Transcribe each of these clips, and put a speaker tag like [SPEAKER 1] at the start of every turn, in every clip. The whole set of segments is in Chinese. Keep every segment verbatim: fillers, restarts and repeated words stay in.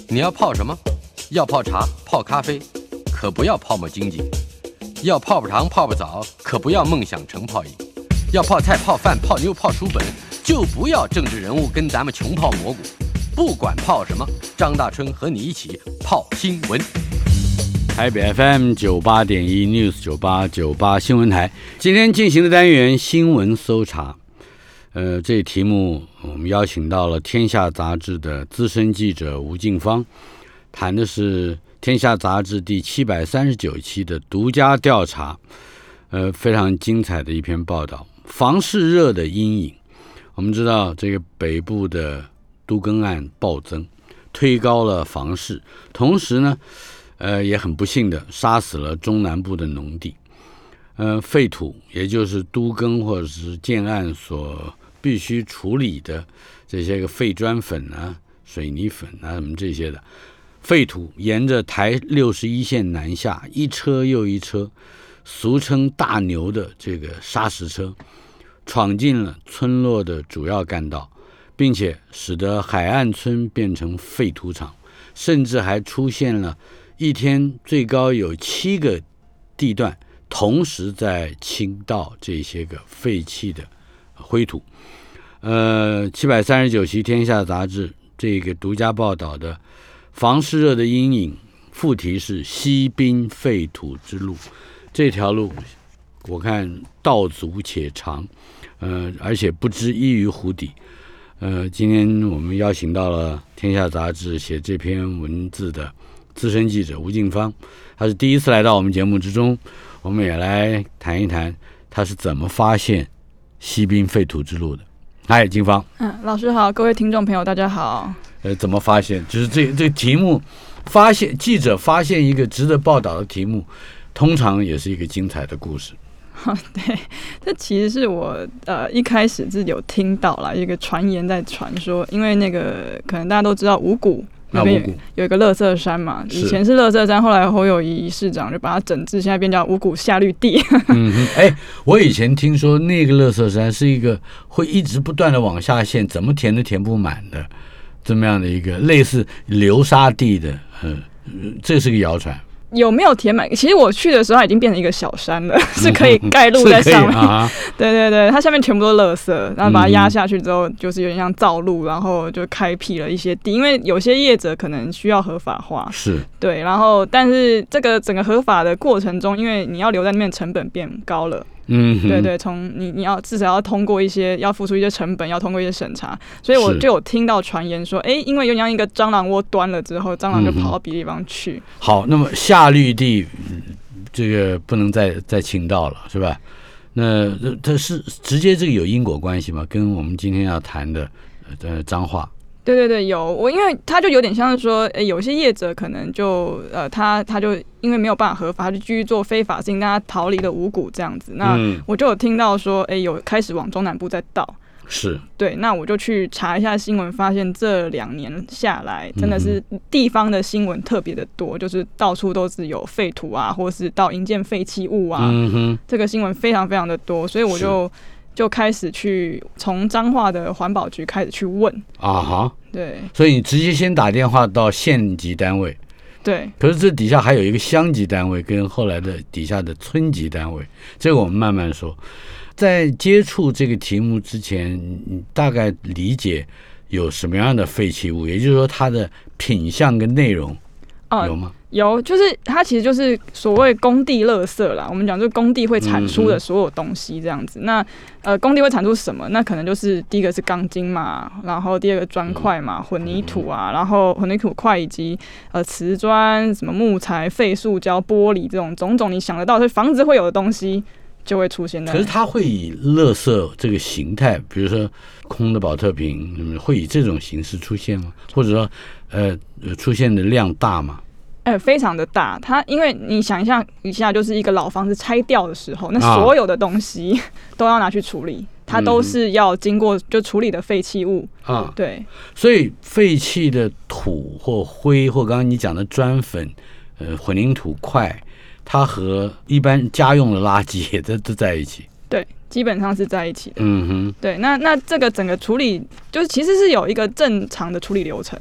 [SPEAKER 1] 你要泡什么？要泡茶、泡咖啡，可不要泡沫经济；要泡泡糖、泡泡澡，可不要梦想成泡影；要泡菜、泡饭、泡妞、泡书本，就不要政治人物跟咱们穷泡蘑菇。不管泡什么，张大春和你一起泡新闻。
[SPEAKER 2] 台北 F M 九八点一 News 九八九八新闻台，今天进行的单元新闻搜查。呃，这题目我们邀请到了《天下》杂志的资深记者吴静芳，谈的是《天下》杂志第七百三十九期的独家调查，呃，非常精彩的一篇报道。房市热的阴影，我们知道这个北部的都更案暴增，推高了房市，同时呢，呃，也很不幸的杀死了中南部的农地。呃，废土，也就是都更或者是建案所必须处理的这些个废砖粉啊、水泥粉啊什么这些的废土，沿着台六十一线南下，一车又一车，俗称大牛的这个砂石车，闯进了村落的主要干道，并且使得海岸村变成废土场，甚至还出现了一天最高有七个地段同时在倾倒这些个废弃的灰土。呃，七百三十九期《天下》杂志这个独家报道的房市热的阴影，副题是西滨废土之路。这条路我看道阻且长，呃，而且不知依于湖底。呃，今天我们邀请到了《天下》杂志写这篇文字的资深记者吴静芳，他是第一次来到我们节目之中，我们也来谈一谈他是怎么发现西滨废土之路的。嗨，静芳。
[SPEAKER 3] 嗯，老师好，各位听众朋友大家好。
[SPEAKER 2] 呃，怎么发现？就是这这个题目，发现记者发现一个值得报道的题目，通常也是一个精彩的故事。
[SPEAKER 3] 对，这其实是我呃一开始是有听到啦，一个传言在传说，因为那个可能大家都知道五股那边 有, 有一个垃圾山嘛，以前是垃圾山，后来侯友宜市长就把它整治，现在变叫五股夏绿地。
[SPEAKER 2] 嗯，哎，我以前听说那个垃圾山是一个会一直不断的往下陷，怎么填都填不满的，这么样的一个类似流沙地的，嗯，这是个谣传。
[SPEAKER 3] 有没有填满？其实我去的时候它已经变成一个小山了，嗯、是可以盖路在上面。啊、对对对，它下面全部都是垃圾，然后把它压下去之后，就是有点像造路，然后就开辟了一些地。因为有些业者可能需要合法化，
[SPEAKER 2] 是
[SPEAKER 3] 对，然后但是这个整个合法的过程中，因为你要留在那边成本变高了。嗯，对对，从你你要至少要通过一些，要付出一些成本，要通过一些审查，所以我就有听到传言说，哎，因为有像一个蟑螂窝端了之后，蟑螂就跑到别的地方去。嗯、
[SPEAKER 2] 好，那么夏绿地这个不能再再倾倒了，是吧？那它是直接这个有因果关系吗？跟我们今天要谈的呃彰化。
[SPEAKER 3] 对对对，有我，因为他就有点像是说，诶，有些业者可能就呃，他他就因为没有办法合法，他就继续做非法事情，但他逃离了五股这样子。那我就有听到说，诶，有开始往中南部在倒。
[SPEAKER 2] 是，
[SPEAKER 3] 对，那我就去查一下新闻，发现这两年下来，真的是地方的新闻特别的多，就是到处都是有废土啊，或是到营建废弃物啊，嗯哼，这个新闻非常非常的多，所以我就。就开始去从彰化的环保局开始去问
[SPEAKER 2] 啊哈，
[SPEAKER 3] 对，
[SPEAKER 2] 所以你直接先打电话到县级单位，
[SPEAKER 3] 对，
[SPEAKER 2] 可是这底下还有一个乡级单位跟后来的底下的村级单位，这个我们慢慢说。在接触这个题目之前，你大概理解有什么样的废弃物，也就是说它的品相跟内容有吗？
[SPEAKER 3] 有，就是它其实就是所谓工地垃圾啦。我们讲就是工地会产出的所有东西这样子。嗯、那呃，工地会产出什么？那可能就是第一个是钢筋嘛，然后第二个砖块嘛，混凝土啊，然后混凝土块以及呃瓷砖、什么木材、废塑胶、玻璃这种种种你想得到，是房子会有的东西就会出现在。
[SPEAKER 2] 可是它会以垃圾这个形态，比如说空的保特瓶，会以这种形式出现吗？或者说呃出现的量大吗？
[SPEAKER 3] 呃，非常的大，它因为你想象一下，就是一个老房子拆掉的时候，那所有的东西都要拿去处理，它都是要经过就处理的废弃物啊。对，
[SPEAKER 2] 所以废弃的土或灰或刚刚你讲的砖粉、呃混凝土块，它和一般家用的垃圾也都都在一起。
[SPEAKER 3] 对，基本上是在一起的。嗯哼，对，那那这个整个处理就是其实是有一个正常的处理流程。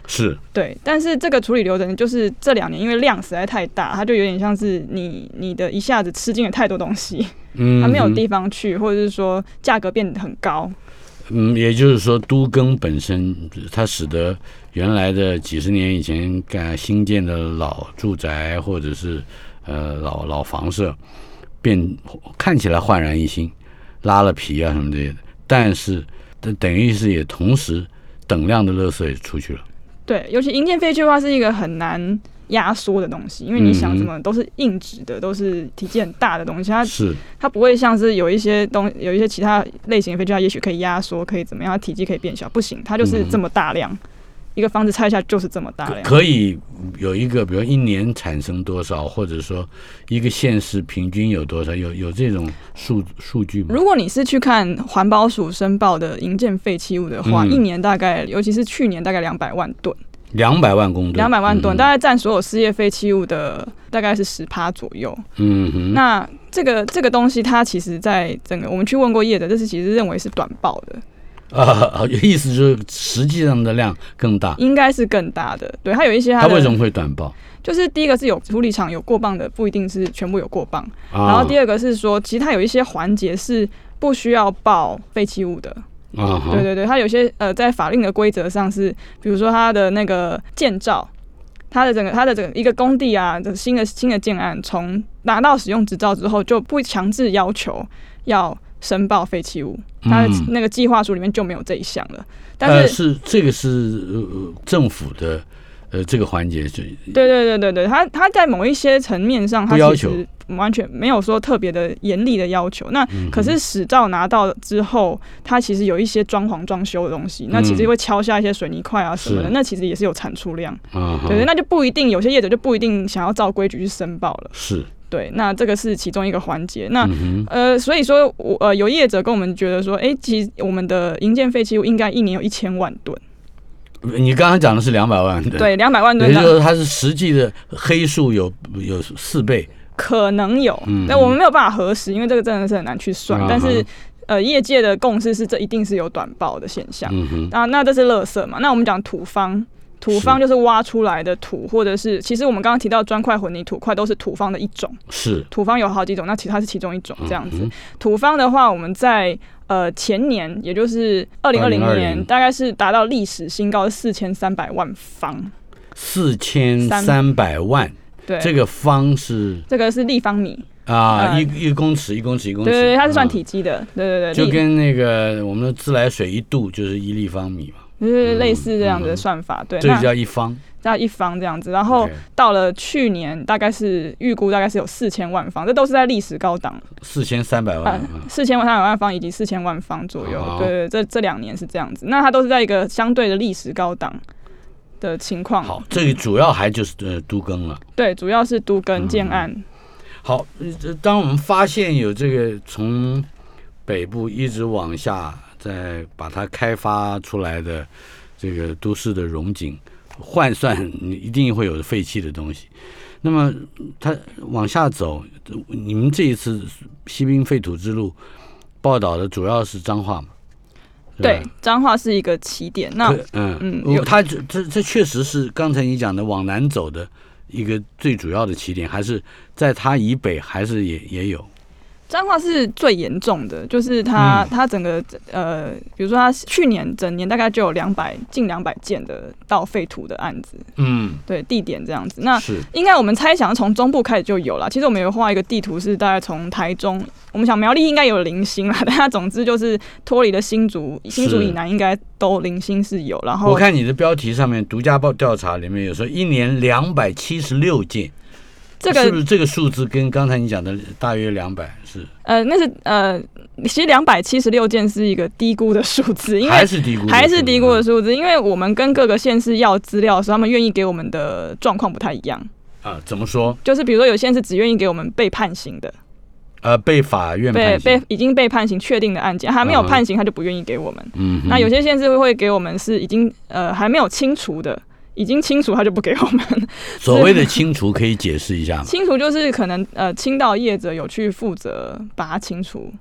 [SPEAKER 2] 是，
[SPEAKER 3] 对，但是这个处理流程就是这两年因为量实在太大，它就有点像是你你的一下子吃进了太多东西，嗯，它没有地方去，或者是说价格变得很高。
[SPEAKER 2] 嗯，也就是说，都更本身它使得原来的几十年以前盖新建的老住宅或者是呃老老房舍变看起来焕然一新，拉了皮啊什么这些的，但是等于是也同时等量的垃圾也出去了。
[SPEAKER 3] 对，尤其营建废弃物它是一个很难压缩的东西，因为你想什么都是硬质的，都是体积很大的东西，它
[SPEAKER 2] 是
[SPEAKER 3] 它不会像是有一些东有一些其他类型的废弃物，它也许可以压缩，可以怎么样，它体积可以变小，不行，它就是这么大量。嗯，一个房子拆下就是这么大量，
[SPEAKER 2] 可以有一个，比如一年产生多少，或者说一个县市平均有多少，有有这种数数据吗？
[SPEAKER 3] 如果你是去看环保署申报的营建废弃物的话，嗯，一年大概，尤其是去年大概两百万吨，
[SPEAKER 2] 两百万公吨，
[SPEAKER 3] 两百万吨，嗯，大概占所有事业废弃物的大概是十趴左右。嗯哼，那这个这个东西，它其实在整个我们去问过业者，这是其实认为是短报的。
[SPEAKER 2] 啊，意思就是实际上的量更大，
[SPEAKER 3] 应该是更大的。对，它有一些它的，
[SPEAKER 2] 它为什么会短报？
[SPEAKER 3] 就是第一个是有处理厂有过磅的，不一定是全部有过磅。啊，然后第二个是说，其实它有一些环节是不需要报废弃物的。啊，对对对，它有些呃，在法令的规则上是，比如说它的那个建造，它的整个它的整个一个工地啊，新的新的建案，从拿到使用执照之后，就不强制要求要申报废弃物，它的那个计划书里面就没有这一项了。但是、
[SPEAKER 2] 呃、是这个是、呃、政府的呃这个环节，对
[SPEAKER 3] 对对对对，它它在某一些层面上，它其实完全没有说特别的严厉的要求。那可是使照拿到之后，它其实有一些装潢装修的东西，那其实会敲下一些水泥块啊什么的，那其实也是有产出量。嗯，对，那就不一定，有些业者就不一定想要照规矩去申报了。
[SPEAKER 2] 是。
[SPEAKER 3] 对，那这个是其中一个环节。那、嗯、呃，所以说，我呃有业者跟我们觉得说，哎，其实我们的营建废弃物应该一年有一千万吨。
[SPEAKER 2] 你刚刚讲的是两百万吨，
[SPEAKER 3] 对，两百万吨，
[SPEAKER 2] 也就是说它是实际的黑数有有四倍，
[SPEAKER 3] 可能有，嗯、但我们没有办法核实，因为这个真的是很难去算。嗯、但是呃，业界的共识是，这一定是有短报的现象。嗯、啊，那这是垃圾嘛？那我们讲土方。土方就是挖出来的土，或者是其实我们刚刚提到砖块、混凝土块都是土方的一种。是土方有好几种，那其实它是其中一种这样子。嗯、土方的话，我们在呃前年，也就是二零二零年，大概是达到历史新高，四千三百万方。
[SPEAKER 2] 四千三百万，对，这个方是
[SPEAKER 3] 这个是立方米。
[SPEAKER 2] 啊，呃、一一公尺，一公尺，一公尺，
[SPEAKER 3] 对对对，它是算体积的，嗯、对对对，
[SPEAKER 2] 就跟那个我们的自来水一度就是一立方米嘛。
[SPEAKER 3] 就是类似这样子的算法，嗯、对，
[SPEAKER 2] 这叫一方，
[SPEAKER 3] 叫一方这样子。然后到了去年，大概是预估大概是有四千万方，这都是在历史高档，
[SPEAKER 2] 四千三百万，
[SPEAKER 3] 四千三百万方以及四千万方左右。哦、对对，这这两年是这样子，那它都是在一个相对的历史高档的情况。
[SPEAKER 2] 好，这个主要还就是呃都更了，
[SPEAKER 3] 对，主要是都更建案。嗯、
[SPEAKER 2] 好，当我们发现有这个从北部一直往下。再把它开发出来的这个都市的容景换算，你一定会有废弃的东西。那么它往下走，你们这一次西滨废土之路报道的主要是彰化嘛？
[SPEAKER 3] 对，彰化是一个起点。那
[SPEAKER 2] 嗯嗯，它这这确实是刚才你讲的往南走的一个最主要的起点，还是在它以北，还是也也有？
[SPEAKER 3] 彰化是最严重的，就是它、嗯、它整个呃，比如说它去年整年大概就有两百近两百件的到废土的案子，嗯，对，地点这样子。那应该我们猜想从中部开始就有了。其实我们有画一个地图，是大概从台中，我们想苗栗应该有零星啦，但它总之就是脱离了新竹，新竹以南应该都零星是有。然后
[SPEAKER 2] 我看你的标题上面独家报调查里面有说一年两百七十六件。这个是不是这个数字跟刚才你讲的大约两百是？
[SPEAKER 3] 呃，那是呃，其实两百七十六件是一个低估的数字，因为
[SPEAKER 2] 还是低估，
[SPEAKER 3] 还是低估的数字，因为我们跟各个县市要资料的时候，他们愿意给我们的状况不太一样。
[SPEAKER 2] 啊，怎么说？
[SPEAKER 3] 就是比如说有县市只愿意给我们被判刑的，
[SPEAKER 2] 呃，被法院判刑
[SPEAKER 3] 被被已经被判刑确定的案件，还没有判刑他就不愿意给我们。嗯，那有些县市会给我们是已经呃还没有清除的。已经清除他就不给我们。
[SPEAKER 2] 所谓的清除可以解释一下吗？
[SPEAKER 3] 清除就是可能呃清道业者有去负责把它清除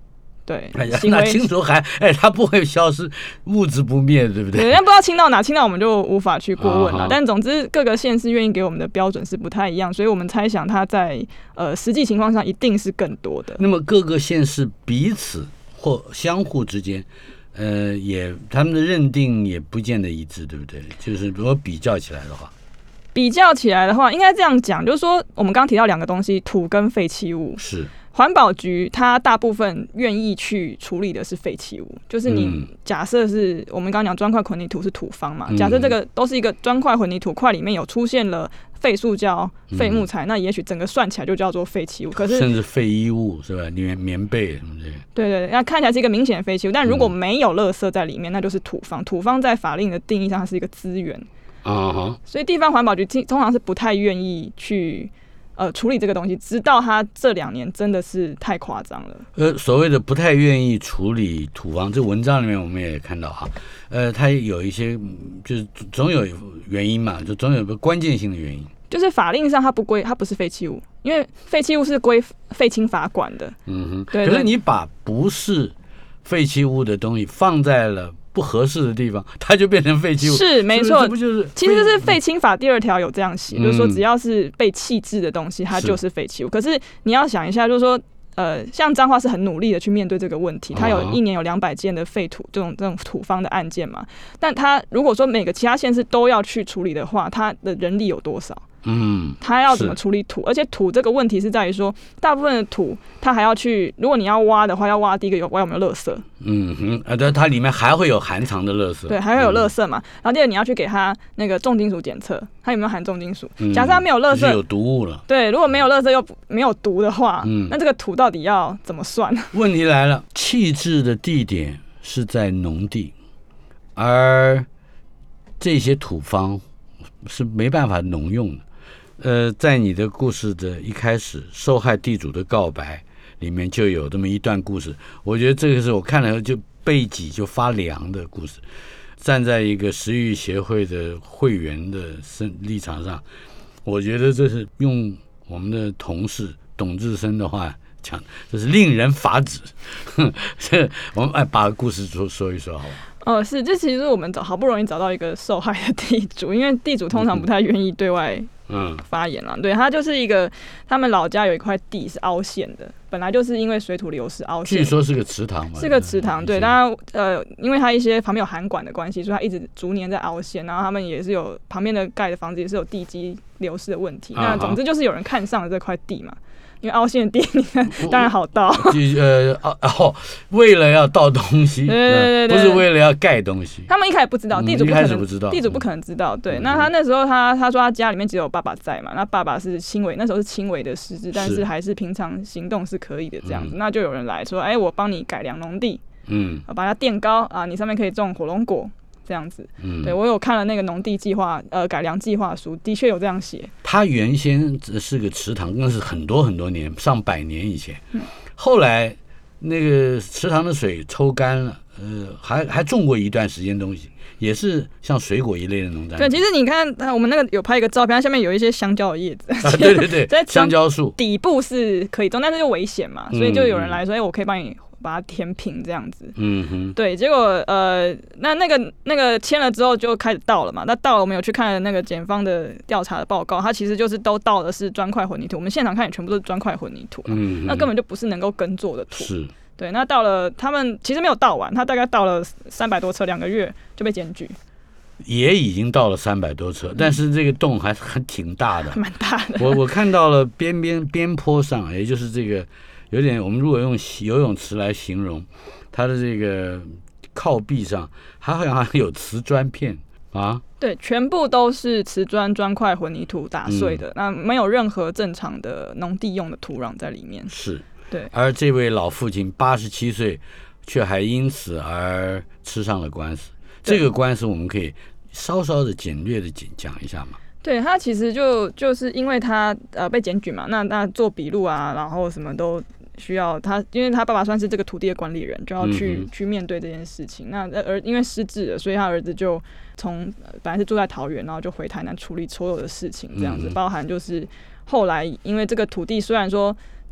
[SPEAKER 3] 对，
[SPEAKER 2] 哎呀，
[SPEAKER 3] 行为
[SPEAKER 2] 那清除还哎，它不会消失，物质不灭，对不对？
[SPEAKER 3] 对，但不知道清到哪，清到我们就无法去过问了。
[SPEAKER 2] 啊、
[SPEAKER 3] 但总之，各个县市愿意给我们的标准是不太一样，所以我们猜想它在呃实际情况上一定是更多的。
[SPEAKER 2] 那么各个县市彼此或相互之间，呃，也他们的认定也不见得一致，对不对？就是如果比较起来的话。
[SPEAKER 3] 比较起来的话，应该这样讲，就是说，我们刚刚提到两个东西，土跟废弃物。
[SPEAKER 2] 是。
[SPEAKER 3] 环保局它大部分愿意去处理的是废弃物，就是你假设是、嗯、我们刚刚讲砖块混凝土是土方嘛，假设这个都是一个砖块混凝土块里面有出现了废塑胶、废木材、嗯，那也许整个算起来就叫做废弃物。可是
[SPEAKER 2] 甚至废衣物是吧？棉棉被什么的。
[SPEAKER 3] 对对，那看起来是一个明显的废弃物，但如果没有垃圾在里面，那就是土方。土方在法令的定义上它是一个资源啊、uh-huh. 所以地方环保局通常是不太愿意去。呃，处理这个东西，直到他这两年真的是太夸张了。
[SPEAKER 2] 呃，所谓的不太愿意处理土方，这文章里面我们也看到哈，呃，它有一些就是总有原因嘛，就总有个关键性的原因。
[SPEAKER 3] 就是法令上它不归，它不是废弃物，因为废弃物是归废清法管的。嗯哼，对。
[SPEAKER 2] 可是你把不是废弃物的东西放在了不合适的地方，它就变成废弃物。
[SPEAKER 3] 是没错，
[SPEAKER 2] 这不就是
[SPEAKER 3] 其实是废清法第二条有这样写、嗯，就是说只要是被弃置的东西，它就是废弃物。可是你要想一下，就是说，呃，像彰化是很努力的去面对这个问题，它有一年有两百件的废土这种这种土方的案件嘛。但它如果说每个其他县市都要去处理的话，它的人力有多少？嗯，他要怎么处理土？而且土这个问题是在于说，大部分的土它还要去，如果你要挖的话，要挖第一个有挖有没有垃圾？嗯
[SPEAKER 2] 哼，啊，对，它里面还会有含藏的垃圾，
[SPEAKER 3] 对，还会有垃圾嘛。然后第二，你要去给它那个重金属检测，它有没有含重金属？嗯、假设它没有垃圾，
[SPEAKER 2] 有毒物了。
[SPEAKER 3] 对，如果没有垃圾又没有毒的话，嗯，那这个土到底要怎么算？
[SPEAKER 2] 问题来了，弃置的地点是在农地，而这些土方是没办法农用的。呃，在你的故事的一开始，受害地主的告白里面就有这么一段故事，我觉得这个是我看了就背脊就发凉的故事。站在一个食育协会的会员的立场上，我觉得这是用我们的同事董志生的话讲，这是令人发指。这我们哎把故事说说一说好不好？
[SPEAKER 3] 哦，是，这其实是我们找好不容易找到一个受害的地主，因为地主通常不太愿意对外嗯发言啦。对，他就是一个，他们老家有一块地是凹陷的，本来就是因为水土流失凹陷。
[SPEAKER 2] 据说是个池塘嘛。
[SPEAKER 3] 是个池塘，对，当然呃，因为它一些旁边有涵管的关系，所以它一直逐年在凹陷，然后他们也是有旁边的盖的房子也是有地基流失的问题。那总之就是有人看上了这块地嘛。因为凹陷地，你看当然好盗。
[SPEAKER 2] 呃哦，为了要盗东西，对对对对，不是为了要盖东西。
[SPEAKER 3] 他们一开始不知道，地主不可能
[SPEAKER 2] 不知道，
[SPEAKER 3] 地主不可能知道。对，嗯、那他那时候他他说他家里面只有爸爸在嘛，那爸爸是轻微，那时候是轻微的失智，但是还是平常行动是可以的这样子。嗯、那就有人来说，哎、欸，我帮你改良农地，嗯，把它垫高啊，你上面可以种火龙果。这样子，嗯，对我有看了那个农地计划，呃，改良计划书，的确有这样写。
[SPEAKER 2] 它原先是个池塘，那是很多很多年，上百年以前。嗯、后来那个池塘的水抽干了，呃，还还种过一段时间东西，也是像水果一类的农产品。
[SPEAKER 3] 对，其实你看，我们那个有拍一个照片，它下面有一些香蕉的叶子。
[SPEAKER 2] 啊、对对对，在香蕉树
[SPEAKER 3] 底部是可以种，但是就危险嘛，所以就有人来说，哎、嗯欸，我可以帮你。把它填平这样子，嗯哼，对，结果呃，那那个那个签了之后就开始倒了嘛。那倒了，我们有去看那个检方的调查的报告，它其实就是都倒的是砖块混凝土。我们现场看也全部都是砖块混凝土，嗯，那根本就不是能够耕作的土。是，对。那到了他们其实没有倒完，他大概倒了三百多车，两个月就被检举。
[SPEAKER 2] 也已经到了三百多车，但是这个洞还很挺大的，
[SPEAKER 3] 蛮大的。
[SPEAKER 2] 我我看到了边边边坡上，也就是这个。有点，我们如果用游泳池来形容，它的这个靠壁上还好像还有瓷砖片啊。
[SPEAKER 3] 对，全部都是瓷砖砖块混凝土打碎的，嗯、那没有任何正常的农地用的土壤在里面。是，对。
[SPEAKER 2] 而这位老父亲八十七岁，却还因此而吃上了官司。这个官司我们可以稍稍的简略的讲一下嘛。
[SPEAKER 3] 对，他其实就就是因为他呃被检举嘛，那那做笔录啊，然后什么都需要他，因为他爸爸算是这个土地的管理人，就要去、嗯、去面对这件事情。那儿因为失智了，所以他儿子就从、呃、本来是住在桃园，然后就回台南处理所有的事情，这样子，嗯、包含就是后来因为这个土地虽然说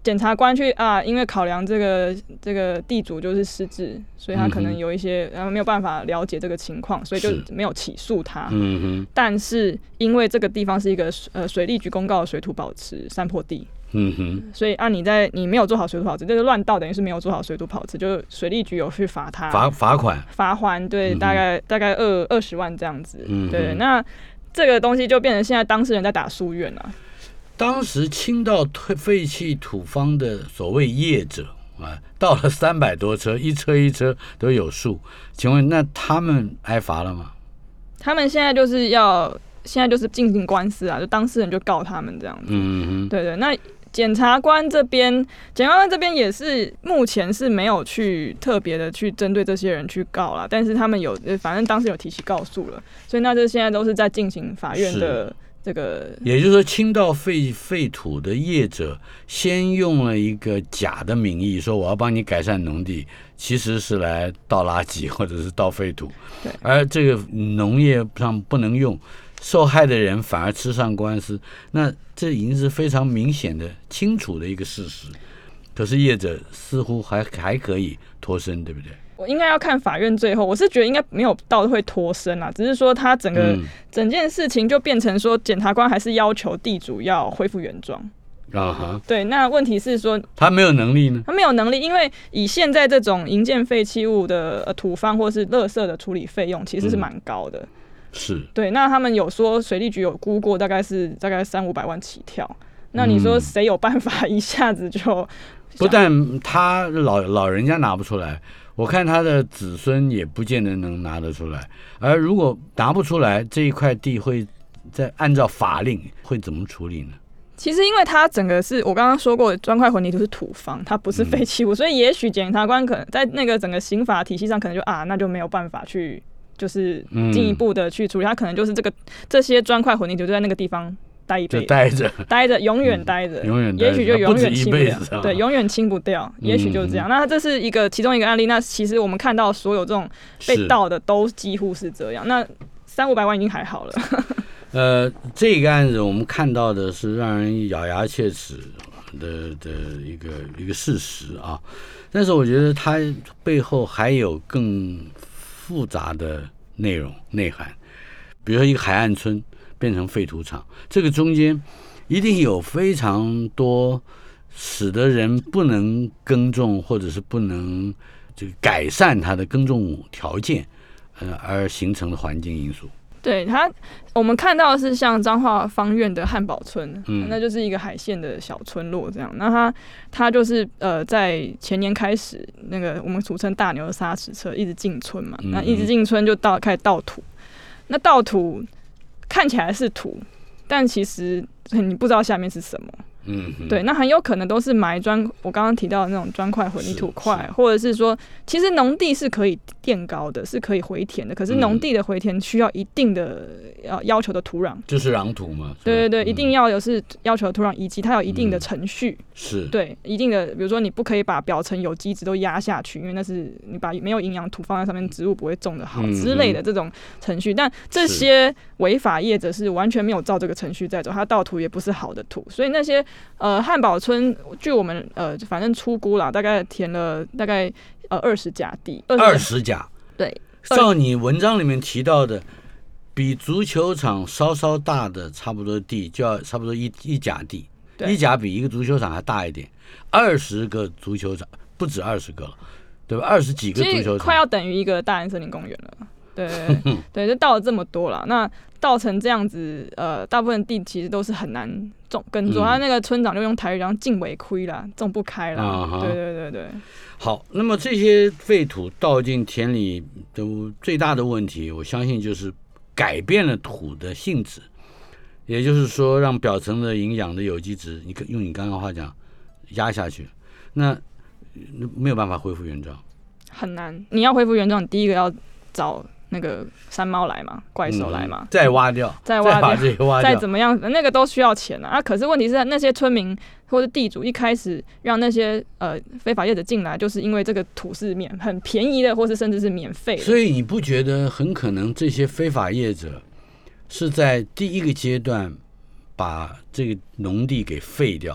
[SPEAKER 3] 检察官去啊，因为考量这个这个地主就是失智，所以他可能有一些呃、嗯、没有办法了解这个情况，所以就没有起诉他。嗯哼。但是因为这个地方是一个呃水利局公告的水土保持山坡地。嗯哼，所以啊，你在你没有做好水土保持，这个乱倒等于是没有做好水土保持，就是水利局有去罚他，
[SPEAKER 2] 罚罚款，
[SPEAKER 3] 罚还对，嗯、大概大概二二十万这样子。嗯，对，那这个东西就变成现在当事人在打诉愿了。
[SPEAKER 2] 当时倾倒废弃土方的所谓业者啊，到了三百多车，一车一车都有数，请问那他们挨罚了吗？
[SPEAKER 3] 他们现在就是要现在就是进行官司啊，就当事人就告他们这样子。嗯哼，对对，那。检察官这边，检察官这边也是目前是没有去特别的去针对这些人去告啦，但是他们有，反正当时有提起告诉了，所以那这现在都是在进行法院的这个。
[SPEAKER 2] 也就是说，倾倒废废土的业者先用了一个假的名义，说我要帮你改善农地，其实是来倒垃圾或者是倒废土，
[SPEAKER 3] 对，
[SPEAKER 2] 而这个农业上不能用。受害的人反而吃上官司，那这已经是非常明显的、清楚的一个事实。可是业者似乎还还可以脱身，对不对？
[SPEAKER 3] 我应该要看法院最后，我是觉得应该没有到会脱身啦，只是说他整个、嗯、整件事情就变成说，检察官还是要求地主要恢复原状。啊哈，对，那问题是说
[SPEAKER 2] 他没有能力呢？
[SPEAKER 3] 他没有能力，因为以现在这种营建废弃物的、呃、土方或是垃圾的处理费用，其实是蛮高的。嗯
[SPEAKER 2] 是
[SPEAKER 3] 对，那他们有说水利局有估过，大概是大概三五百万起跳。那你说谁有办法一下子就？
[SPEAKER 2] 不但他老老人家拿不出来，我看他的子孙也不见得能拿得出来。而如果拿不出来，这一块地会再按照法令会怎么处理呢？
[SPEAKER 3] 其实因为它整个是我刚刚说过的砖块混凝土是土方，它不是废弃物，嗯、所以也许检察官可能在那个整个刑法体系上，可能就啊，那就没有办法去。就是进一步的去处理，他可能就是这个这些砖块混凝土就在那个地方待一辈子，
[SPEAKER 2] 就待着，
[SPEAKER 3] 待着，永远待着，
[SPEAKER 2] 永远，
[SPEAKER 3] 也许就永远清不掉，
[SPEAKER 2] 不
[SPEAKER 3] 对，永远清不掉，也许就是这样。那这是一个其中一个案例。那其实我们看到所有这种被盗的都几乎是这样。那三五百万已经还好了。
[SPEAKER 2] 呃，这个案子我们看到的是让人咬牙切齿的的一个一个事实啊，但是我觉得它背后还有更复杂的内容内涵，比如说一个海岸村变成废土场，这个中间一定有非常多使得人不能耕种或者是不能这个改善它的耕种条件，呃，而形成的环境因素。
[SPEAKER 3] 对它，我们看到的是像彰化芳苑的汉堡村，嗯，那就是一个海线的小村落这样。那它它就是呃，在前年开始，那个我们俗称大牛的砂石车一直进村嘛，嗯、那一直进村就到开始倒土。那倒土看起来是土，但其实你不知道下面是什么。嗯，对，那很有可能都是埋砖，我刚刚提到的那种砖块、混凝土块，或者是说，其实农地是可以垫高的，是可以回填的，可是农地的回填需要一定的要要求的土壤，
[SPEAKER 2] 就是壤土嘛。
[SPEAKER 3] 对对对，嗯、一定要有是要求的土壤，以及它有一定的程序，嗯、
[SPEAKER 2] 是
[SPEAKER 3] 对一定的，比如说你不可以把表层有机质都压下去，因为那是你把没有营养土放在上面，植物不会种得好、嗯、之类的这种程序。但这些违法业者是完全没有照这个程序在走，他盗土也不是好的土，所以那些。呃，汉堡村据我们呃，反正初估啦，大概填了大概呃二十甲地，
[SPEAKER 2] 二十甲，
[SPEAKER 3] 对。
[SPEAKER 2] 照你文章里面提到的，比足球场稍稍大的差不多地，就要差不多一一甲地，一甲比一个足球场还大一点，二十个足球场不止二十个了，对吧？二十几个足球场，
[SPEAKER 3] 快要等于一个大安森林公园了。对对对，就到了这么多了，那造成这样子，呃，大部分地其实都是很难种耕作，他、嗯、那个村长就用台语讲进尾亏啦，种不开啦。啊、对对对对。
[SPEAKER 2] 好，那么这些废土倒进田里，都最大的问题，我相信就是改变了土的性质，也就是说，让表层的营养的有机质，你用你刚刚话讲，压下去，那没有办法恢复原状，
[SPEAKER 3] 很难。你要恢复原状，你第一个要找。那个山猫来嘛，怪兽来嘛、嗯，
[SPEAKER 2] 再挖掉，
[SPEAKER 3] 再挖掉，再
[SPEAKER 2] 把这些挖掉，
[SPEAKER 3] 再怎么样，那个都需要钱啊。啊可是问题是，那些村民或者地主一开始让那些呃非法业者进来，就是因为这个土是免很便宜的，或是甚至是免费的。
[SPEAKER 2] 所以你不觉得很可能这些非法业者是在第一个阶段把这个农地给废掉，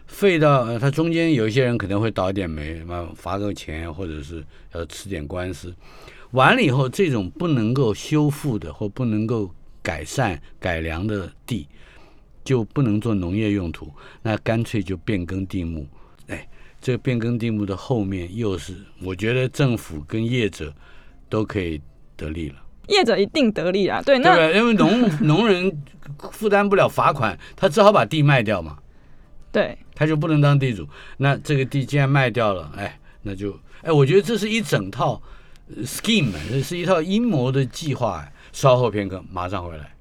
[SPEAKER 2] 废到呃，他中间有一些人可能会倒一点霉，嘛罚个钱，或者是要吃点官司。完了以后，这种不能够修复的或不能够改善改良的地，就不能做农业用途，那干脆就变更地目。哎，这个变更地目的后面又是，我觉得政府跟业者都可以得利了。
[SPEAKER 3] 业者一定得利啊，对，那
[SPEAKER 2] 对吧？因为农农人负担不了罚款，他只好把地卖掉嘛。
[SPEAKER 3] 对，
[SPEAKER 2] 他就不能当地主。那这个地既然卖掉了，哎，那就哎，我觉得这是一整套 scheme， 这是一套阴谋的计划。稍后片刻，马上回来。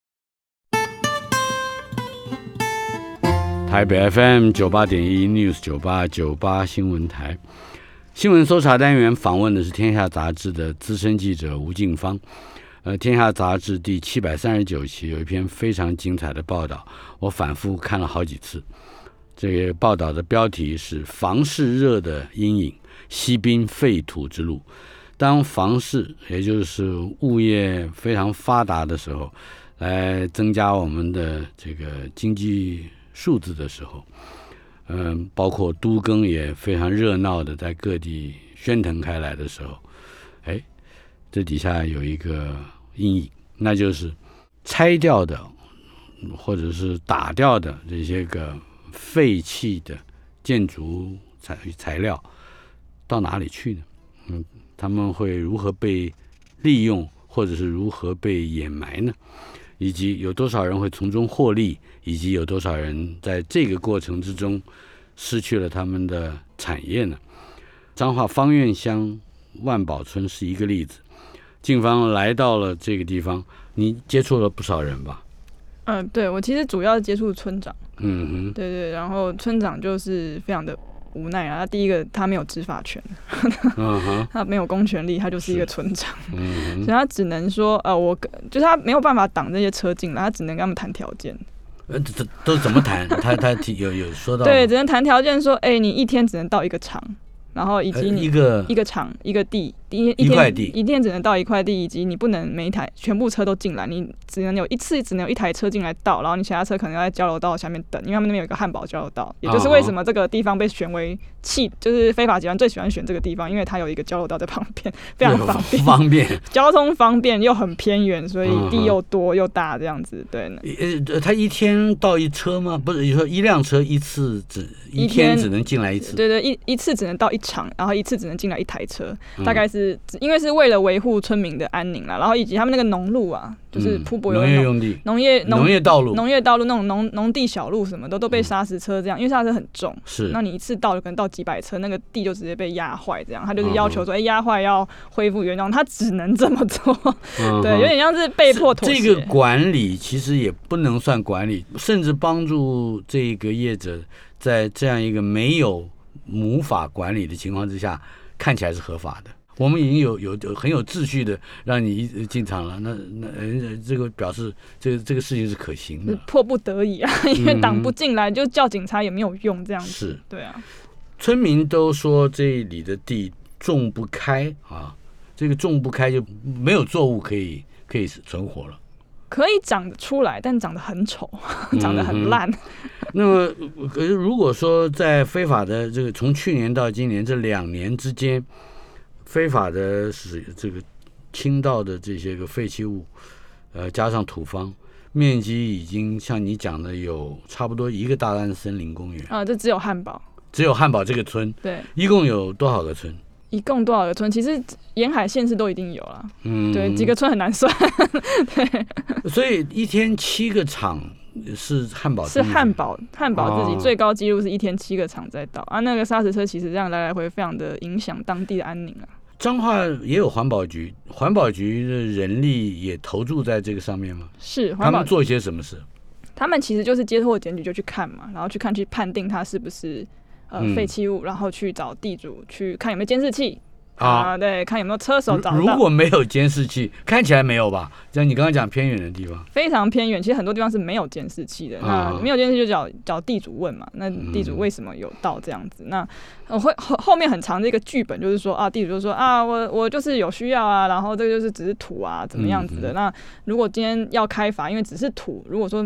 [SPEAKER 2] 台北 F M 九八点一 News 九八九八新闻台新闻搜查单元访问的是《天下》杂志的资深记者吴敬芳。呃，《天下》杂志第七百三十九期有一篇非常精彩的报道，我反复看了好几次。这个报道的标题是房市热的阴影，西滨废土之路。当房市也就是物业非常发达的时候，来增加我们的这个经济数字的时候，嗯，包括都更也非常热闹的在各地喧腾开来的时候，哎，这底下有一个阴影，那就是拆掉的或者是打掉的这些个废弃的建筑材材料到哪里去呢？嗯，他们会如何被利用，或者是如何被掩埋呢？以及有多少人会从中获利，以及有多少人在这个过程之中失去了他们的产业呢？彰化芳苑乡万宝村是一个例子。敬芳来到了这个地方，你接触了不少人吧？
[SPEAKER 3] 嗯、呃，对，我其实主要接触村长。
[SPEAKER 2] 嗯哼，
[SPEAKER 3] 对对，然后村长就是非常的无奈啊。他第一个，他没有执法权，
[SPEAKER 2] 嗯哼，
[SPEAKER 3] 他没有公权力，他就是一个村长，
[SPEAKER 2] 嗯哼，
[SPEAKER 3] 所以他只能说，呃，我就是他没有办法挡这些车进来，他只能跟他们谈条件。
[SPEAKER 2] 呃，这都怎么谈？他他有有说到，
[SPEAKER 3] 对，只能谈条件说，哎、欸，你一天只能到一个场，然后以及你、
[SPEAKER 2] 呃、一个
[SPEAKER 3] 一个场一个地，一一
[SPEAKER 2] 一块地，
[SPEAKER 3] 一天只能到一块地，以及你不能每一台全部车都进来，你只能有一次只能有一台车进来到，然后你其他车可能要在交流道下面等，因为他们那边有一个汉堡交流道，也就是为什么这个地方被选为弃，就是非法集团最喜欢选这个地方，因为它有一个交流道在旁边，非常方便，
[SPEAKER 2] 方便，
[SPEAKER 3] 交通方便又很偏远，所以地又多又大这样子。对，
[SPEAKER 2] 呃，他一天到一车吗？不是，你说一辆车一次只一天只能进来一次？
[SPEAKER 3] 对对，一一次只能到一场，然后一次只能进来一台车，大概是、嗯、因为是为了维护村民的安宁啦，然后以及他们那个农路啊，就是铺柏油
[SPEAKER 2] 农业用地、
[SPEAKER 3] 农业
[SPEAKER 2] 农业道路、
[SPEAKER 3] 农业道路那种农农地小路什么的都被砂石车这样，因为砂石车很重，
[SPEAKER 2] 是，
[SPEAKER 3] 那你一次到可能到几百车，那个地就直接被压坏，这样他就是要求说，哎、嗯，压坏要恢复原状，他只能这么做，嗯、对，有点像是被迫妥协。
[SPEAKER 2] 这个管理其实也不能算管理，甚至帮助这个业者在这样一个没有无法管理的情况之下，看起来是合法的。我们已经有有很有秩序的让你进场了，那那这个表示这个这个事情是可行的，
[SPEAKER 3] 迫不得已啊，因为挡不进来，就叫警察也没有用，这样子。
[SPEAKER 2] 是，
[SPEAKER 3] 对啊。
[SPEAKER 2] 村民都说这里的地种不开啊，这个种不开就没有作物可以可以存活了。
[SPEAKER 3] 可以长得出来，但长得很丑，长得很烂。嗯、
[SPEAKER 2] 那么，可是如果说在非法的这个从去年到今年这两年之间，非法的使这个倾倒的这些个废弃物，呃，加上土方，面积已经像你讲的有差不多一个大安森林公园
[SPEAKER 3] 啊，这只有汉堡，
[SPEAKER 2] 只有汉堡这个村，
[SPEAKER 3] 对，
[SPEAKER 2] 一共有多少个村？
[SPEAKER 3] 一共多少个村？其实沿海县市都一定有啦，嗯，对，几个村很难算，对。
[SPEAKER 2] 所以一天七个厂是汉堡，
[SPEAKER 3] 是汉堡，汉堡自己最高纪录是一天七个厂在倒、哦、啊。那个砂石车其实这样来来回非常的影响当地的安宁啊。
[SPEAKER 2] 彰化也有环保局，环保局的人力也投注在这个上面吗？
[SPEAKER 3] 是，
[SPEAKER 2] 他们做些什么事？
[SPEAKER 3] 他们其实就是接获检举就去看嘛，然后去看去判定它是不是呃废弃物，然后去找地主去看有没有监视器。啊，对，看有没有车手找到。
[SPEAKER 2] 如果没有监视器，看起来没有吧？像你刚刚讲偏远的地方，
[SPEAKER 3] 非常偏远，其实很多地方是没有监视器的。啊、那没有监视器就找找地主问嘛。那地主为什么有到这样子？嗯、那我会后后面很长的一个剧本，就是说啊，地主就说啊，我我就是有需要啊，然后这个就是只是土啊，怎么样子的？嗯、那如果今天要开发，因为只是土，如果说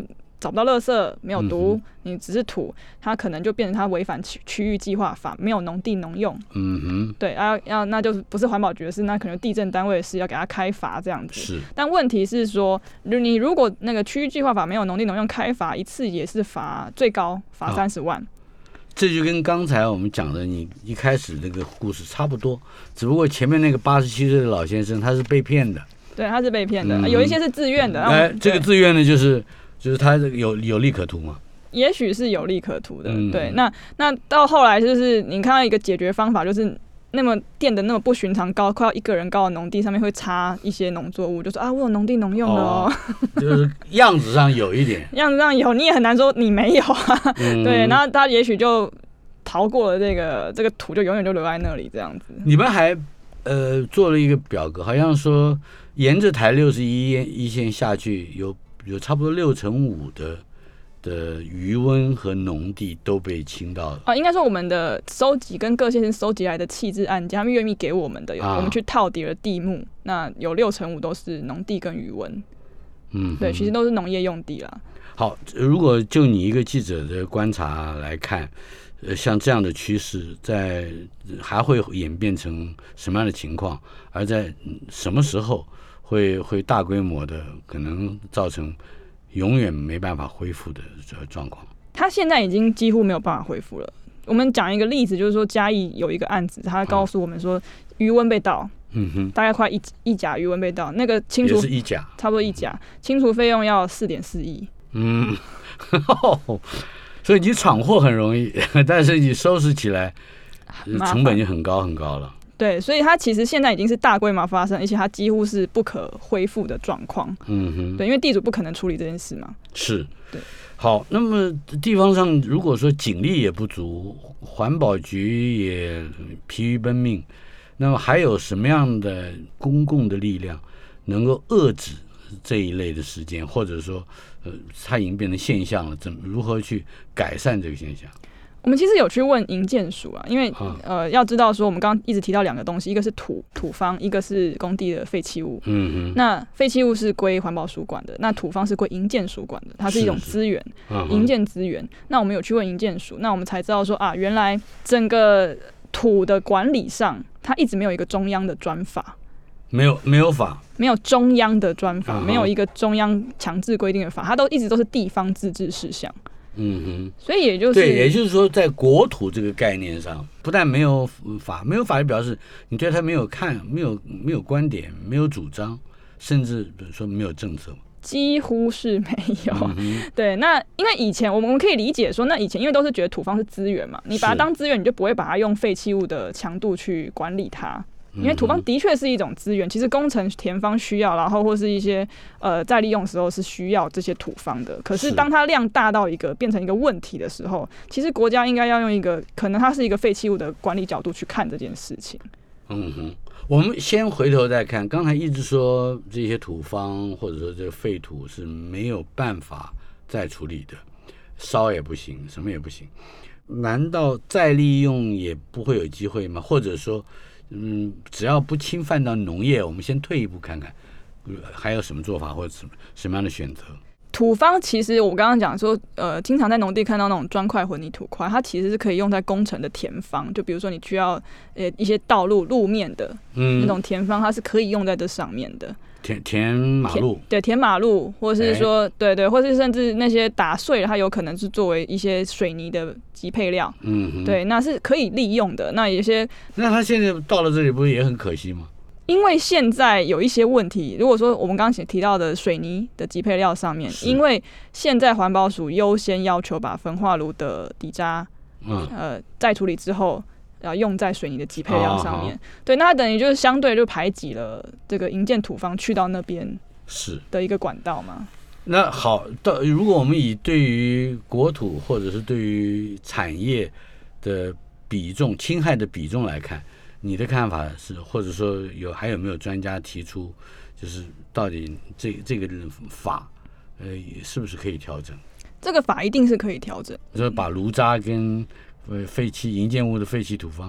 [SPEAKER 3] 找不到垃圾，没有毒，
[SPEAKER 2] 嗯、
[SPEAKER 3] 你只是土，它可能就变成它违反区区域计划法，没有农地农用。
[SPEAKER 2] 嗯哼，
[SPEAKER 3] 对啊，要那就不是环保局的事，那可能地政单位的事，要给它开罚这样子。
[SPEAKER 2] 是，
[SPEAKER 3] 但问题是说，你如果那个区域计划法没有农地农用开罚一次，也是罚最高罚三十万。哦，
[SPEAKER 2] 这就跟刚才我们讲的你一开始那个故事差不多，只不过前面那个八十七岁的老先生他是被骗的。
[SPEAKER 3] 对，他是被骗的、嗯，有一些是自愿的。
[SPEAKER 2] 哎，这个自愿的就是就是他有有利可图嘛？
[SPEAKER 3] 也许是有利可图的。
[SPEAKER 2] 嗯、
[SPEAKER 3] 对，那那到后来就是你看到一个解决方法，就是那么垫的那么不寻常高，快要一个人高的农地上面会插一些农作物，就说啊，我有农地农用的哦，
[SPEAKER 2] 哦就是样子上有一点，
[SPEAKER 3] 样子上有，你也很难说你没有啊。嗯、对，然后他也许就逃过了这个这个土，就永远就留在那里这样子。
[SPEAKER 2] 你们还呃做了一个表格，好像说。沿着台六十一一线下去，有有差不多六成五的的渔温和农地都被倾倒了。
[SPEAKER 3] 啊，应该说我们的收集跟各县市收集来的弃置案件，他们愿意给我们的，啊、我们去套底了地目，那有六成五都是农地跟渔温。嗯，对，其实都是农业用地啦。
[SPEAKER 2] 好，如果就你一个记者的观察来看，呃，像这样的趋势，在还会演变成什么样的情况？而在什么时候？会会大规模的可能造成永远没办法恢复的这个状况。
[SPEAKER 3] 它现在已经几乎没有办法恢复了。我们讲一个例子，就是说嘉义有一个案子，他告诉我们说渔温被盗，嗯哼，大概快一一甲渔温被盗，那个清除
[SPEAKER 2] 也是一甲，
[SPEAKER 3] 差不多一甲，清除费用要四点四亿。
[SPEAKER 2] 嗯，所以你闯祸很容易，但是你收拾起来成本就很高很高了。
[SPEAKER 3] 对，所以它其实现在已经是大规模发生，而且它几乎是不可恢复的状况。嗯哼，对，因为地主不可能处理这件事嘛。
[SPEAKER 2] 是，
[SPEAKER 3] 对。
[SPEAKER 2] 好，那么地方上如果说警力也不足，环保局也疲于奔命，那么还有什么样的公共的力量能够遏制这一类的事件，或者说，呃，它已经变成现象了，怎么如何去改善这个现象？
[SPEAKER 3] 我们其实有去问营建署啊，因为、啊、呃要知道说，我们刚刚一直提到两个东西，一个是土土方，一个是工地的废弃物。嗯嗯。那废弃物是归环保署管的，那土方是归营建署管的，它是一种资源，营建资源。那我们有去问营建署，那我们才知道说啊，原来整个土的管理上，它一直没有一个中央的专法。
[SPEAKER 2] 没有没有法，
[SPEAKER 3] 没有中央的专法，没有一个中央强制规定的法，它都一直都是地方自治事项。嗯哼，所以也就是
[SPEAKER 2] 对，也就是说，在国土这个概念上，不但没有法，没有法就表示你对它没有看，没有没有观点，没有主张，甚至比如说没有政策，
[SPEAKER 3] 几乎是没有。嗯、对，那因为以前我们可以理解说，那以前因为都是觉得土方是资源嘛，你把它当资源，你就不会把它用废弃物的强度去管理它。因为土方的确是一种资源，其实工程田方需要，然后或是一些呃再利用的时候是需要这些土方的。可是当它量大到一个变成一个问题的时候，其实国家应该要用一个可能它是一个废弃物的管理角度去看这件事情。
[SPEAKER 2] 嗯哼，我们先回头再看，刚才一直说这些土方或者说这个废土是没有办法再处理的，烧也不行，什么也不行，难道再利用也不会有机会吗？或者说？嗯，只要不侵犯到农业，我们先退一步看看，还有什么做法或者什么什么样的选择？
[SPEAKER 3] 土方其实我刚刚讲说，呃，经常在农地看到那种砖块、混凝土块，它其实是可以用在工程的田方，就比如说你需要呃一些道路路面的、嗯、那种田方，它是可以用在这上面的。
[SPEAKER 2] 填填马路，
[SPEAKER 3] 对，填马路，或是说，欸、对对，或是甚至那些打碎了，它有可能是作为一些水泥的基配料，嗯，对，那是可以利用的。那有些，
[SPEAKER 2] 那它现在到了这里，不是也很可惜吗？
[SPEAKER 3] 因为现在有一些问题，如果说我们刚刚提到的水泥的基配料上面，因为现在环保署优先要求把焚化炉的底渣，嗯，呃，再处理之后。要用在水泥的基配料上面，哦、对，那它等于就是相对就排挤了这个营建土方去到那边是的一个管道嘛。
[SPEAKER 2] 那好，到如果我们以对于国土或者是对于产业的比重、侵害的比重来看，你的看法是，或者说有还有没有专家提出，就是到底这这个法，呃，是不是可以调整？
[SPEAKER 3] 这个法一定是可以调整，
[SPEAKER 2] 就是把炉渣跟呃，废弃营建物的废弃土方，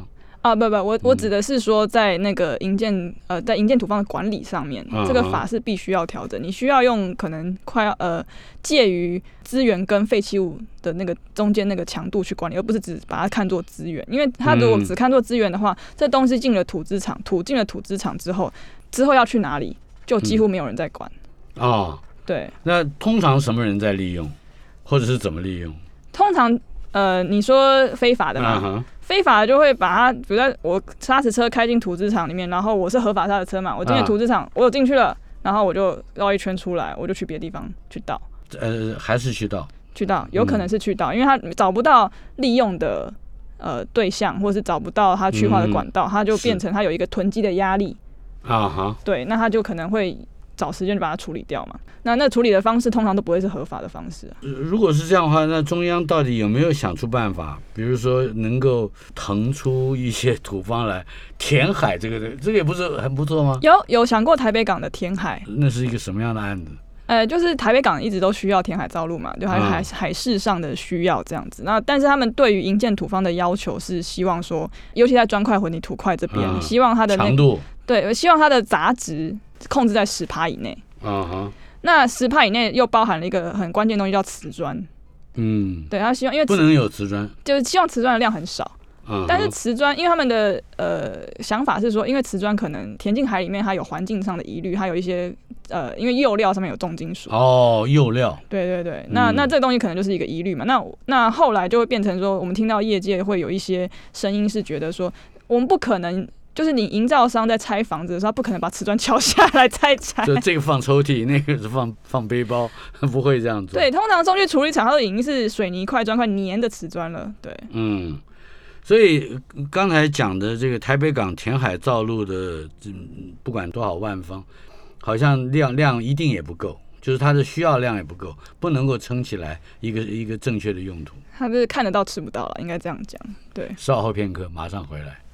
[SPEAKER 3] 啊，不不，我我指的是说，在那个营建呃，在营建土方的管理上面，
[SPEAKER 2] 嗯、
[SPEAKER 3] 这个法是必须要调整。你需要用可能快要呃介于资源跟废弃物的那个中间那个强度去管理，而不是只把它看作资源。因为它如果只看作资源的话，嗯、这东西进了土资场，土进了土资场之后，之后要去哪里，就几乎没有人在管。
[SPEAKER 2] 啊、嗯哦，
[SPEAKER 3] 对。
[SPEAKER 2] 那通常什么人在利用，或者是怎么利用？
[SPEAKER 3] 通常呃，你说非法的嘛？嗯非法的就会把它，比如说我砂石车开进土资场里面，然后我是合法砂石车嘛，我进了土资场，啊、我有进去了，然后我就绕一圈出来，我就去别的地方去倒。
[SPEAKER 2] 呃，还是去倒？去
[SPEAKER 3] 倒，有可能是去倒，嗯、因为他找不到利用的呃对象，或是找不到他去化的管道，他、嗯、就变成他有一个囤积的压力。啊哈。对，那他就可能会找时间就把它处理掉嘛。那那处理的方式通常都不会是合法的方式、啊。
[SPEAKER 2] 如果是这样的话，那中央到底有没有想出办法？比如说能够腾出一些土方来填海，这个这个也不是很不错吗？
[SPEAKER 3] 有有想过台北港的填海，
[SPEAKER 2] 那是一个什么样的案子？
[SPEAKER 3] 呃，就是台北港一直都需要填海造陆嘛，就还海海事上的需要这样子。那但是他们对于营建土方的要求是希望说，尤其在砖块混凝土块这边，嗯、希望它的、那個、
[SPEAKER 2] 强度，
[SPEAKER 3] 对，希望它的杂质控制在十趴以内。嗯哼。那十帕以内又包含了一个很关键的东西，叫瓷砖。嗯，对，他希望因为
[SPEAKER 2] 不能有瓷砖，
[SPEAKER 3] 就是希望瓷砖的量很少。嗯，但是瓷砖，因为他们的呃想法是说，因为瓷砖可能填进海里面，它有环境上的疑虑，它有一些呃，因为釉料上面有重金属。
[SPEAKER 2] 哦，釉料。
[SPEAKER 3] 对对对，那、嗯、那这个东西可能就是一个疑虑嘛。那那后来就会变成说，我们听到业界会有一些声音是觉得说，我们不可能。就是你营造商在拆房子的时候，他不可能把瓷砖敲下来再拆。
[SPEAKER 2] 就这个放抽屉，那个是放放背包，不会这样做。
[SPEAKER 3] 对，通常送去处理厂，它都已经是水泥块、砖块粘的瓷砖了。对，
[SPEAKER 2] 嗯，所以刚才讲的这个台北港填海造陆的，不管多少万方，好像量量一定也不够，就是它的需要量也不够，不能够撑起来一个一个正确的用途。
[SPEAKER 3] 它是看得到吃不到了，应该这样讲。对，
[SPEAKER 2] 稍后片刻，马上回来。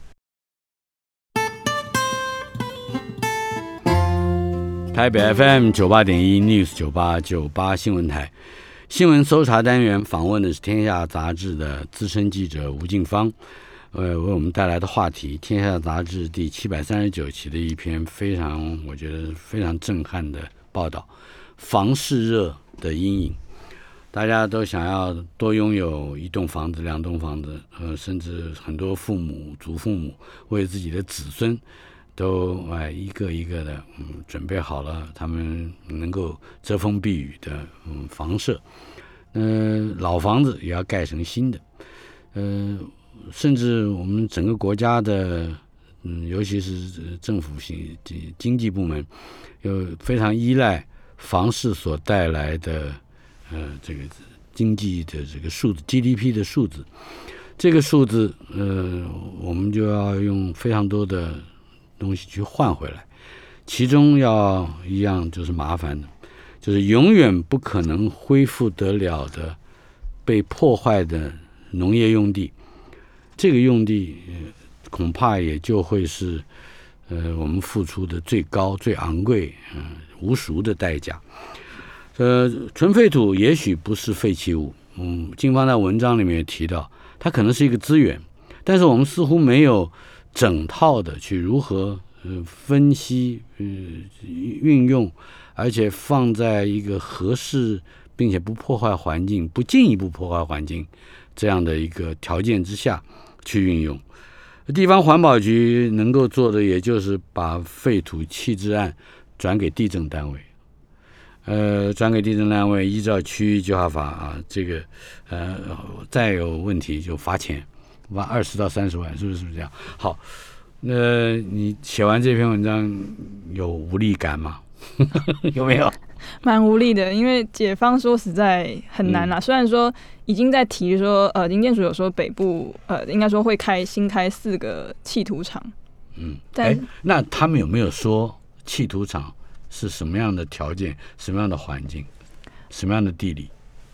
[SPEAKER 2] 台北 F M 九八点一 News 九八九八新闻台新闻搜查单元访问的是天下杂志的资深记者吴敬芳，呃，为我们带来的话题，天下杂志第七百三十九期的一篇非常，我觉得非常震撼的报道，房市热的阴影。大家都想要多拥有一栋房子、两栋房子，呃，甚至很多父母、祖父母为自己的子孙。都哎一个一个的嗯准备好了，他们能够遮风避雨的嗯房舍，嗯、呃、老房子也要盖成新的，呃甚至我们整个国家的嗯尤其是政府型经济部门，有非常依赖房市所带来的呃这个经济的这个数字 G D P 的数字，这个数字呃我们就要用非常多的东西去换回来，其中要一样就是麻烦的，就是永远不可能恢复得了的被破坏的农业用地，这个用地、呃、恐怕也就会是呃我们付出的最高最昂贵、呃、无赎的代价。呃，纯废土也许不是废弃物，嗯，敬芳在文章里面也提到，它可能是一个资源，但是我们似乎没有整套的去如何、呃、分析、呃、运用，而且放在一个合适并且不破坏环境、不进一步破坏环境这样的一个条件之下去运用。地方环保局能够做的，也就是把废土弃置案转给地政单位，呃，转给地政单位依照区域计划法啊，这个呃再有问题就罚钱。罚二十到三十万，是不是这样？好，那你写完这篇文章有无力感吗？有没有？
[SPEAKER 3] 蛮无力的，因为解方说实在很难啦。嗯、虽然说已经在提说，呃，营建署有说北部呃，应该说会开新开四个弃土场。
[SPEAKER 2] 嗯，但那他们有没有说弃土场是什么样的条件、什么样的环境、什么样的地理？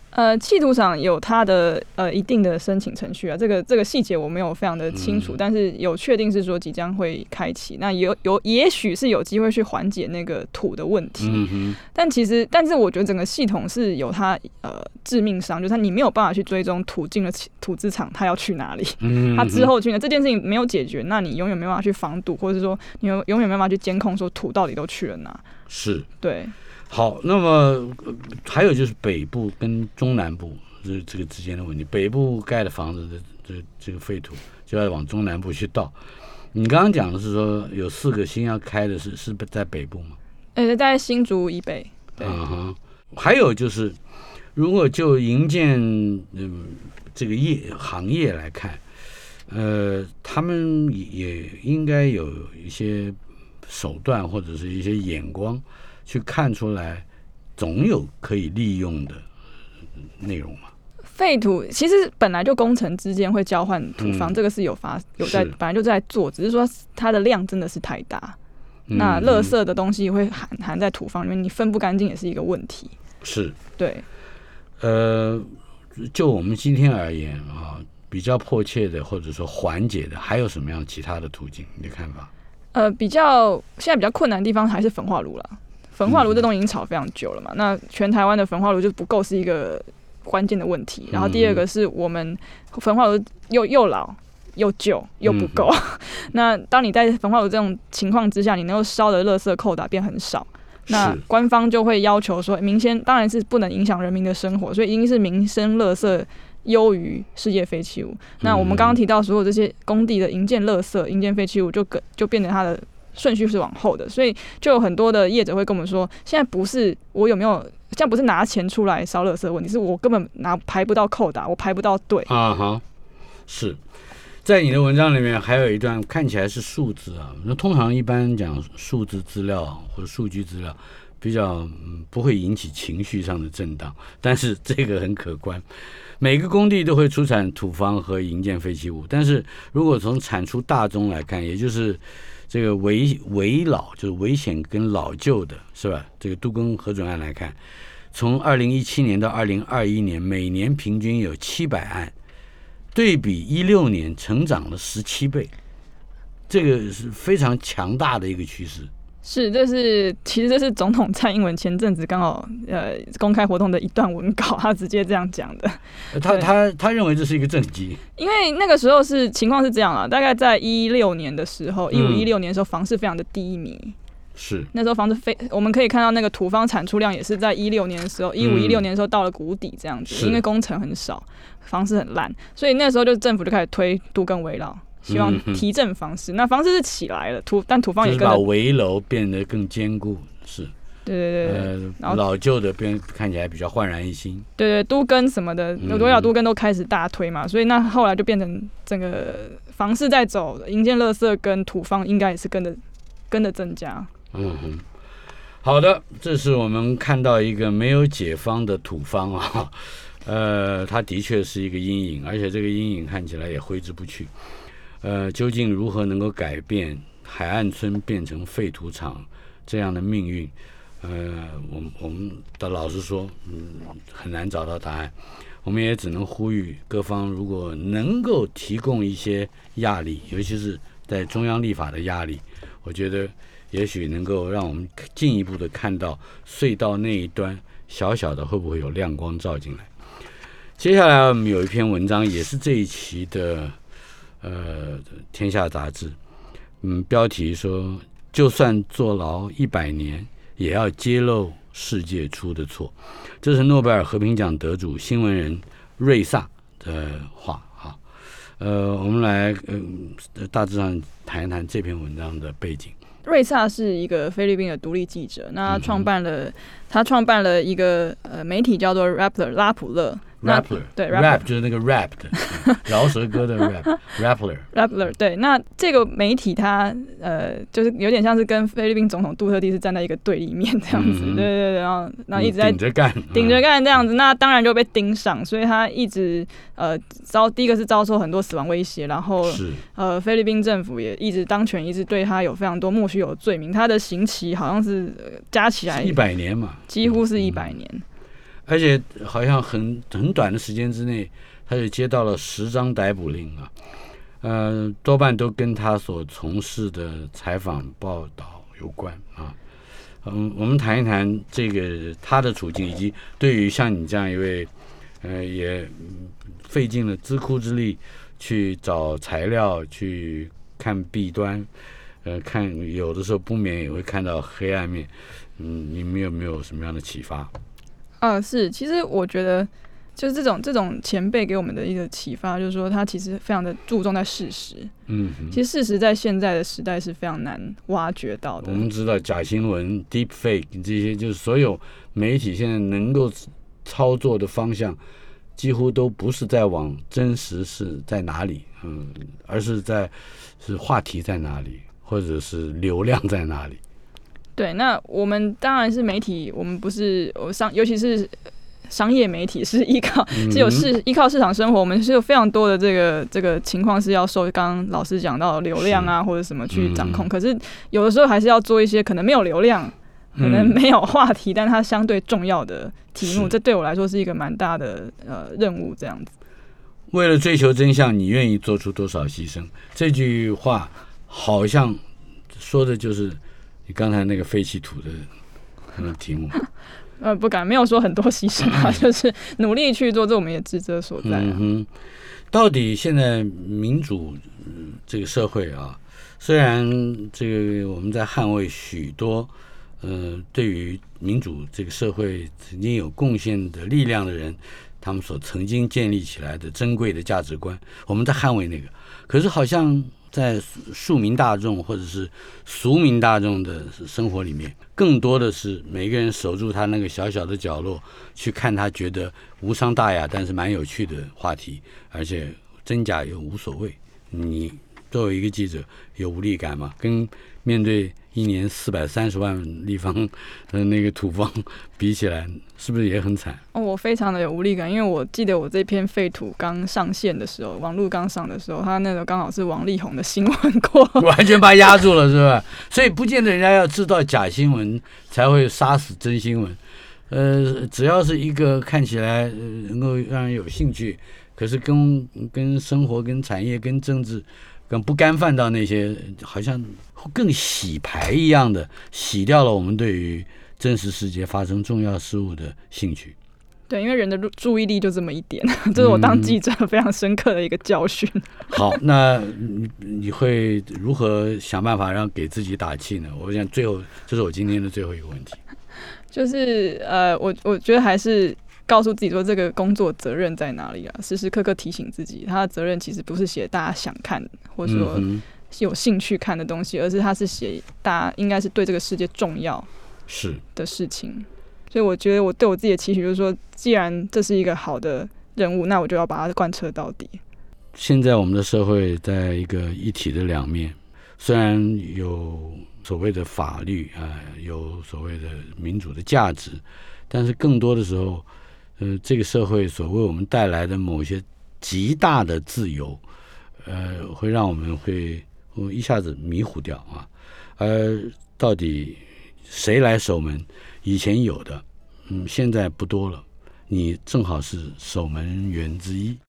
[SPEAKER 3] 呃，企图厂有它的呃一定的申请程序啊，这个这个细节我没有非常的清楚，嗯、但是有确定是说即将会开启，那有有也许是有机会去缓解那个土的问题，嗯、但其实但是我觉得整个系统是有它呃致命伤，就是它你没有办法去追踪土进了土资厂它要去哪里，嗯、它之后去哪这件事情没有解决，那你永远没办法去防堵，或者是说你永远没办法去监控说土到底都去了哪，
[SPEAKER 2] 是，
[SPEAKER 3] 对。
[SPEAKER 2] 好，那么还有就是北部跟中南部这这个之间的问题。北部盖的房子的这这个废土就要往中南部去倒。你刚刚讲的是说有四个新要开的是是在北部吗？
[SPEAKER 3] 呃，在新竹以北。对。
[SPEAKER 2] 嗯哼。还有就是，如果就营建嗯这个业行业来看，呃，他们也应该有一些手段或者是一些眼光。去看出来，总有可以利用的内容嘛？
[SPEAKER 3] 废土其实本来就工程之间会交换土方，嗯、这个是有发有在本来就在做，只是说它的量真的是太大。嗯、那垃圾的东西会含含在土方里面，你分不干净也是一个问题。
[SPEAKER 2] 是，
[SPEAKER 3] 对。
[SPEAKER 2] 呃，就我们今天而言啊，比较迫切的或者说缓解的，还有什么样其他的途径？你的看法？
[SPEAKER 3] 呃，比较现在比较困难的地方还是焚化炉啦。焚化炉这东西已经炒非常久了嘛，嗯、那全台湾的焚化炉就不够是一个关键的问题。然后第二个是我们焚化炉又又老又旧又不够。嗯、那当你在焚化炉这种情况之下，你能够烧的垃圾扣打变很少，那官方就会要求说，民生当然是不能影响人民的生活，所以一定是民生垃圾优于世界废弃物。嗯、那我们刚刚提到所有这些工地的营建垃圾、营建废弃物就就变成它的顺序是往后的，所以就有很多的业者会跟我们说，现在不是我有没有，这样不是拿钱出来烧垃圾的问题，是我根本拿排不到扣打，我排不到队
[SPEAKER 2] 啊哈。是在你的文章里面还有一段看起来是数字啊，那通常一般讲数字资料或者数据资料比较、嗯、不会引起情绪上的震荡，但是这个很可观。每个工地都会出产土方和营建废弃物，但是如果从产出大宗来看，也就是这个危危老就是危险跟老旧的是吧？这个都更核准案来看，从二零一七年到二零二一年，每年平均有七百案，对比一六年成长了十七倍，这个是非常强大的一个趋势。
[SPEAKER 3] 是，这是其实这是总统蔡英文前阵子刚好呃公开活动的一段文稿，他直接这样讲的。
[SPEAKER 2] 他他他认为这是一个政绩，
[SPEAKER 3] 因为那个时候是情况是这样啦，大概在一六年的时候，一五一六年的时候，房市非常的低迷。
[SPEAKER 2] 是
[SPEAKER 3] 那时候房子非我们可以看到那个土方产出量也是在一六年的时候，一五一六年的时候到了谷底这样子，因为工程很少，房市很烂，所以那时候就政府就开始推都更危老。希望提振房市，嗯、那房市是起来了，土但土方也跟着
[SPEAKER 2] 就是把危楼变得更坚固，是，
[SPEAKER 3] 对对对，呃，
[SPEAKER 2] 然后老旧的变看起来比较焕然一新，
[SPEAKER 3] 对对，都更什么的，围绕都更都开始大推嘛，所以那后来就变成整个房市在走，营建垃圾跟土方应该也是跟着跟着增加。
[SPEAKER 2] 嗯哼，好的，这是我们看到一个没有解方的土方啊，呃，它的确是一个阴影，而且这个阴影看起来也挥之不去。呃，究竟如何能够改变海岸村变成废土场这样的命运？呃，我们我们的老实说，嗯，很难找到答案。我们也只能呼吁各方，如果能够提供一些压力，尤其是在中央立法的压力，我觉得也许能够让我们进一步的看到隧道那一端小小的会不会有亮光照进来。接下来我们有一篇文章，也是这一期的。呃，天下杂志，嗯，标题说，就算坐牢一百年，也要揭露世界出的错。这是诺贝尔和平奖得主新闻人瑞萨的话啊。呃，我们来呃大致上谈一谈这篇文章的背景。
[SPEAKER 3] 瑞萨是一个菲律宾的独立记者，那他创办了、嗯、他创办了一个呃媒体叫做 Rappler 拉普勒。
[SPEAKER 2] Rappler
[SPEAKER 3] 对
[SPEAKER 2] rap 就是那个 rap 的饶舌歌的 rap Rappler
[SPEAKER 3] Rappler 对，那这个媒体它呃就是有点像是跟菲律宾总统杜特地是站在一个对立面这样子，嗯、对对对，然后然后一直在
[SPEAKER 2] 顶着干
[SPEAKER 3] 顶着干这样子，那当然就被盯上，所以他一直呃遭第一个是遭受很多死亡威胁，然后呃菲律宾政府也一直当权一直对他有非常多莫须有的罪名，他的刑期好像是加起来
[SPEAKER 2] 一百年嘛，
[SPEAKER 3] 几乎是一百年。
[SPEAKER 2] 而且好像很很短的时间之内，他就接到了十张逮捕令啊，呃，多半都跟他所从事的采访报道有关啊。嗯，我们谈一谈这个他的处境，以及对于像你这样一位，呃，也费尽了资枯之力去找材料、去看弊端，呃，看有的时候不免也会看到黑暗面。嗯，你们有没有什么样的启发？
[SPEAKER 3] 啊，是，其实我觉得就是这种这种前辈给我们的一个启发，就是说他其实非常的注重在事实。
[SPEAKER 2] 嗯，
[SPEAKER 3] 其实事实在现在的时代是非常难挖掘到的。
[SPEAKER 2] 我们知道假新闻、deep fake 这些，就是所有媒体现在能够操作的方向，几乎都不是在往真实是在哪里，嗯，而是在是话题在哪里，或者是流量在哪里。
[SPEAKER 3] 对，那我们当然是媒体，我们不是我商，尤其是商业媒体是依靠是有市依靠市场生活，我们是有非常多的这个这个情况是要受刚刚老师讲到的流量啊或者什么去掌控，可是有的时候还是要做一些可能没有流量、可能没有话题，但它相对重要的题目，这对我来说是一个蛮大的呃任务，这样子。
[SPEAKER 2] 为了追求真相，你愿意做出多少牺牲？这句话好像说的就是你刚才那个废弃土的那个题目。
[SPEAKER 3] 呃，不敢，没有说很多牺牲啊，就是努力去做，这我们也职责所在、啊。
[SPEAKER 2] 嗯哼，到底现在民主、嗯、这个社会啊，虽然这个我们在捍卫许多呃对于民主这个社会曾经有贡献的力量的人，他们所曾经建立起来的珍贵的价值观，我们在捍卫那个，可是好像在庶民大众或者是俗民大众的生活里面，更多的是每个人守住他那个小小的角落，去看他觉得无伤大雅但是蛮有趣的话题，而且真假又无所谓。你作为一个记者有无力感吗？跟面对一年四百三十万立方的那个土方比起来，是不是也很惨？
[SPEAKER 3] 哦，我非常的有无力感，因为我记得我这篇废土刚上线的时候，网络刚上的时候，他那个刚好是王力宏的新闻过，
[SPEAKER 2] 完全把他压住了，是吧？所以不见得人家要制造假新闻才会杀死真新闻。呃，只要是一个看起来能够让人有兴趣，可是跟跟生活、跟产业、跟政治。跟不干犯到那些好像更洗牌一样的，洗掉了我们对于真实世界发生重要事物的兴趣。
[SPEAKER 3] 对，因为人的注意力就这么一点，这是我当记者非常深刻的一个教训。嗯、
[SPEAKER 2] 好，那你会如何想办法让给自己打气呢？我想最后，这是我今天的最后一个问题，就是
[SPEAKER 3] 呃，我我觉得还是。告诉自己说这个工作责任在哪里啊？时时刻刻提醒自己，他的责任其实不是写大家想看或者说有兴趣看的东西，而是他是写大家应该是对这个世界重要是的事情。所以我觉得我对我自己的期许就是说，既然这是一个好的任务，那我就要把它贯彻到底。现在我们的社会在一个一体的两面，虽然有所谓的法律啊、呃，有所谓的民主的价值，但是更多的时候。呃，这个社会所为我们带来的某些极大的自由，呃，会让我们会一下子迷糊掉啊。而到底谁来守门？以前有的，嗯，现在不多了。你正好是守门员之一。